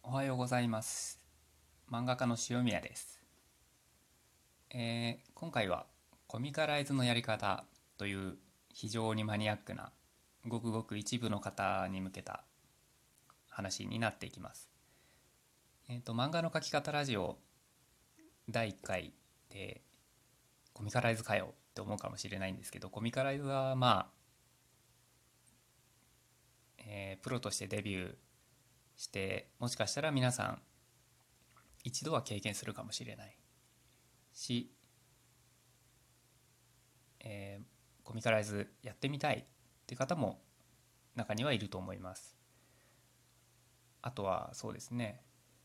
おはようございます。漫画家の塩宮です。今回はコミカライズのやり方という非常にマニアックなごくごく一部の方に向けた話になっていきます。漫画の描き方ラジオ第1回でコミカライズかよって思うかもしれないんですけど、コミカライズはプロとしてデビューしてもしかしたら皆さん一度は経験するかもしれないし、コミカライズやってみたいっていう方も中にはいると思います。あとはそうですね、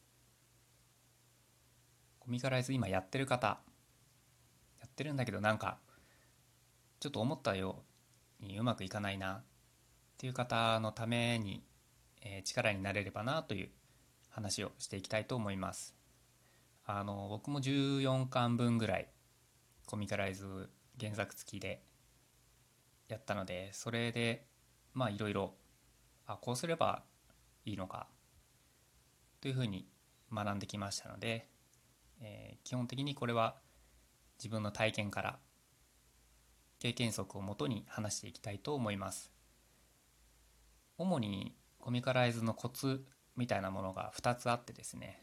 コミカライズ今やってる方、やってるんだけどちょっと思ったようにうまくいかないなっていう方のために、力になれればなという話をしていきたいと思います。僕も14巻分ぐらいコミカライズ原作付きでやったので、それでいろいろこうすればいいのかというふうに学んできましたので、基本的にこれは自分の体験から経験則をもとに話していきたいと思います。主にコミカライズのコツみたいなものが2つあってですね、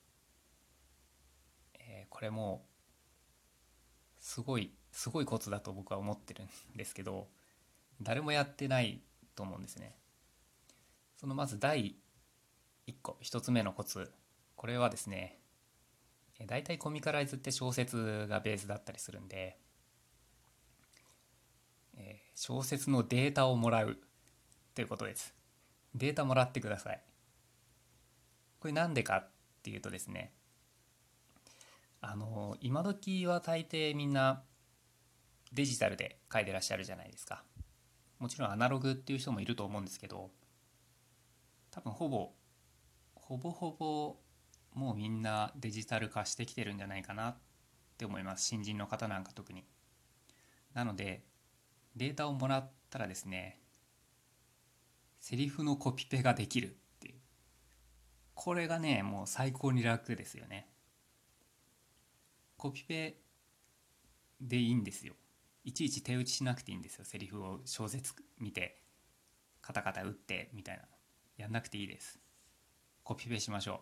これもすごいコツだと僕は思ってるんですけど、誰もやってないと思うんですね。そのまず第1個1つ目のコツ、これはですね、だいたいコミカライズって小説がベースだったりするんで、小説のデータをもらうということです。データもらってください。これなんでかっていうとですね、今時は大抵みんなデジタルで書いてらっしゃるじゃないですか。もちろんアナログっていう人もいると思うんですけど、多分ほぼもうみんなデジタル化してきてるんじゃないかなって思います。新人の方なんか特に。なのでデータをもらったらですね、セリフのコピペができるっていう、これがねもう最高に楽ですよね。コピペでいいんですよ。いちいち手打ちしなくていいんですよ。セリフを小説見てカタカタ打ってみたいな、やんなくていいです。コピペしましょ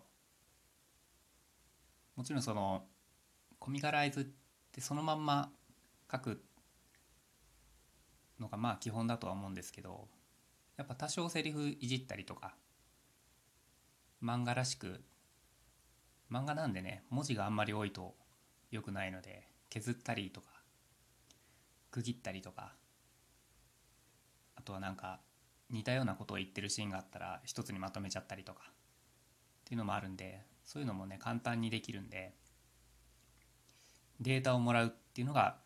う。もちろんそのコミカライズってそのまんま書くのが基本だとは思うんですけど、やっぱ多少セリフいじったりとか、漫画らしく、漫画なんでね文字があんまり多いと良くないので、削ったりとか区切ったりとか、あとは似たようなことを言ってるシーンがあったら一つにまとめちゃったりとかっていうのもあるんで、そういうのもね簡単にできるんで、データをもらうっていうのが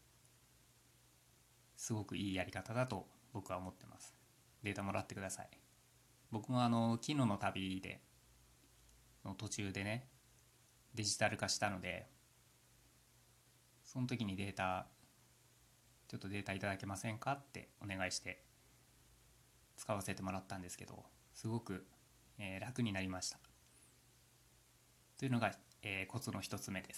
すごくいいやり方だと僕は思ってます。データもらってください。僕も昨日の旅での途中でねデジタル化したので、その時にちょっとデータいただけませんかってお願いして使わせてもらったんですけど、すごく、楽になりましたというのが、コツの一つ目です。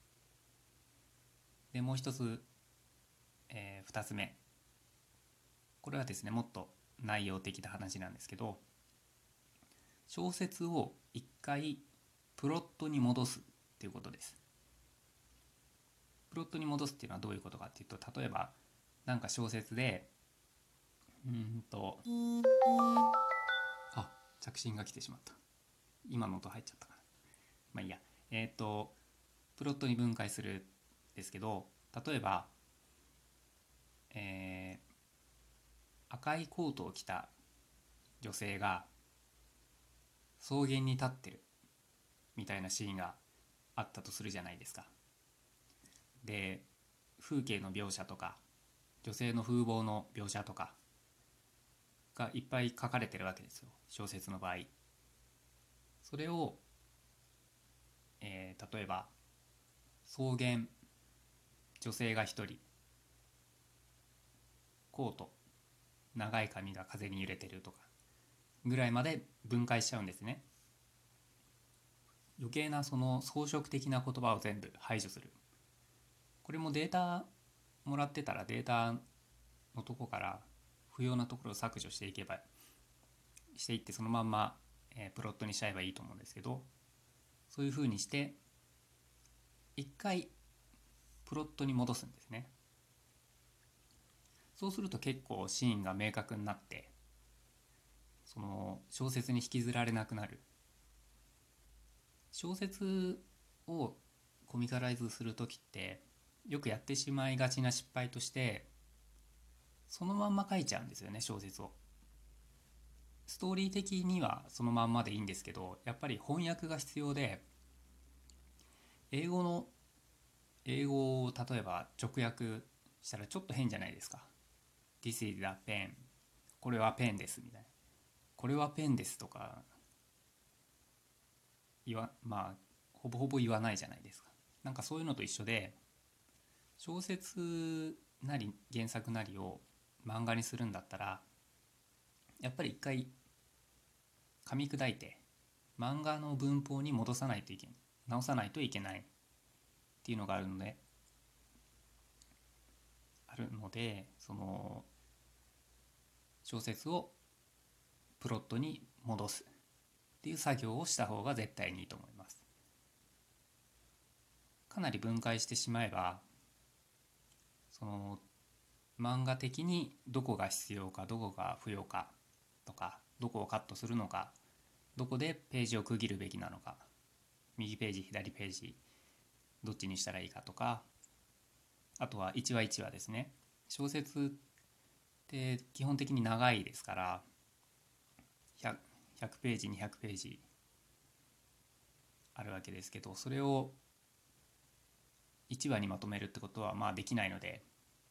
でもう一つ、二つ目、これはですねもっと内容的な話なんですけど、小説を一回プロットに戻すっていうことです。プロットに戻すっていうのはどういうことかっていうと、例えば小説でうーんとあ着信が来てしまった。今の音入っちゃったかな。いいや。プロットに分解するですけど、例えば、えー赤いコートを着た女性が草原に立ってるみたいなシーンがあったとするじゃないですか。で、風景の描写とか女性の風貌の描写とかがいっぱい書かれてるわけですよ、小説の場合。それを、例えば草原、女性が一人、コート、長い髪が風に揺れてるとかぐらいまで分解しちゃうんですね。 余計なその装飾的な言葉を全部排除する。これもデータもらってたらデータのとこから不要なところを削除していってそのまんま、プロットにしちゃえばいいと思うんですけど、そういう風にして一回プロットに戻すんですね。そうすると結構シーンが明確になって、その小説に引きずられなくなる。小説をコミカライズする時ってよくやってしまいがちな失敗として、そのまんま書いちゃうんですよね、小説を。ストーリー的にはそのまんまでいいんですけど、やっぱり翻訳が必要で、英語の英語を例えば直訳したらちょっと変じゃないですか。 This is a pen、 これはペンですみたいな、これはペンですとかまあほぼほぼ言わないじゃないですか。なんかそういうのと一緒で、小説なり原作なりを漫画にするんだったら、やっぱり一回噛み砕いて漫画の文法に戻さないといけない、直さないといけないっていうのがあるので、その小説をプロットに戻すっていう作業をした方が絶対にいいと思います。かなり分解してしまえば、その漫画的にどこが必要かどこが不要かとか、どこをカットするのか、どこでページを区切るべきなのか、右ページ左ページどっちにしたらいいかとか、あとは一話一話ですね。小説って基本的に長いですから、100ページ200ページあるわけですけど、それを1話にまとめるってことはまあできないので、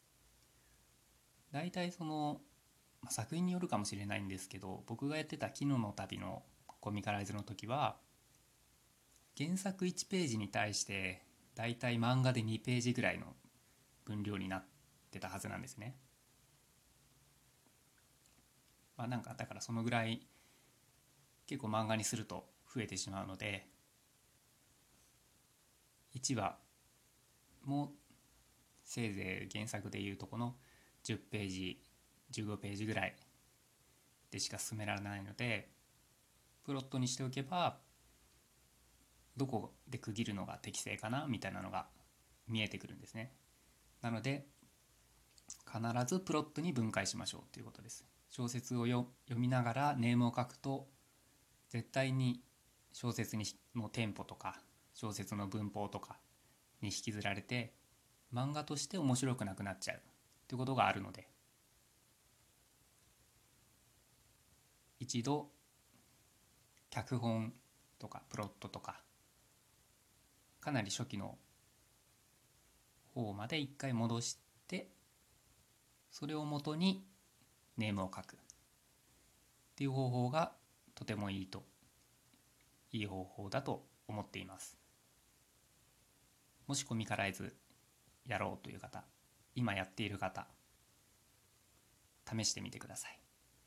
大体その、作品によるかもしれないんですけど、僕がやってた「キノの旅」のコミカライズの時は、原作1ページに対して大体漫画で2ページぐらいの分量になってたはずなんですね。なんかだからそのぐらい結構漫画にすると増えてしまうので、1話もせいぜい原作でいうとこの10ページ15ページぐらいでしか進められないので、プロットにしておけばどこで区切るのが適正かなみたいなのが見えてくるんですね。なので必ずプロットに分解しましょうということです。小説を読みながらネームを書くと、絶対に小説のテンポとか小説の文法とかに引きずられて、漫画として面白くなくなっちゃうということがあるので、一度脚本とかプロットとかかなり初期の方まで一回戻して、それをもとにネームを書くっていう方法がとてもいい方法だと思っています。もしコミカライズやろうという方、今やっている方、試してみてください。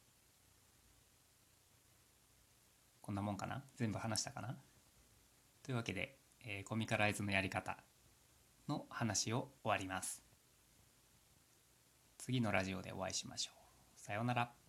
こんなもんかな、全部話したかな。というわけで、コミカライズのやり方の話を終わります。次のラジオでお会いしましょう。さようなら。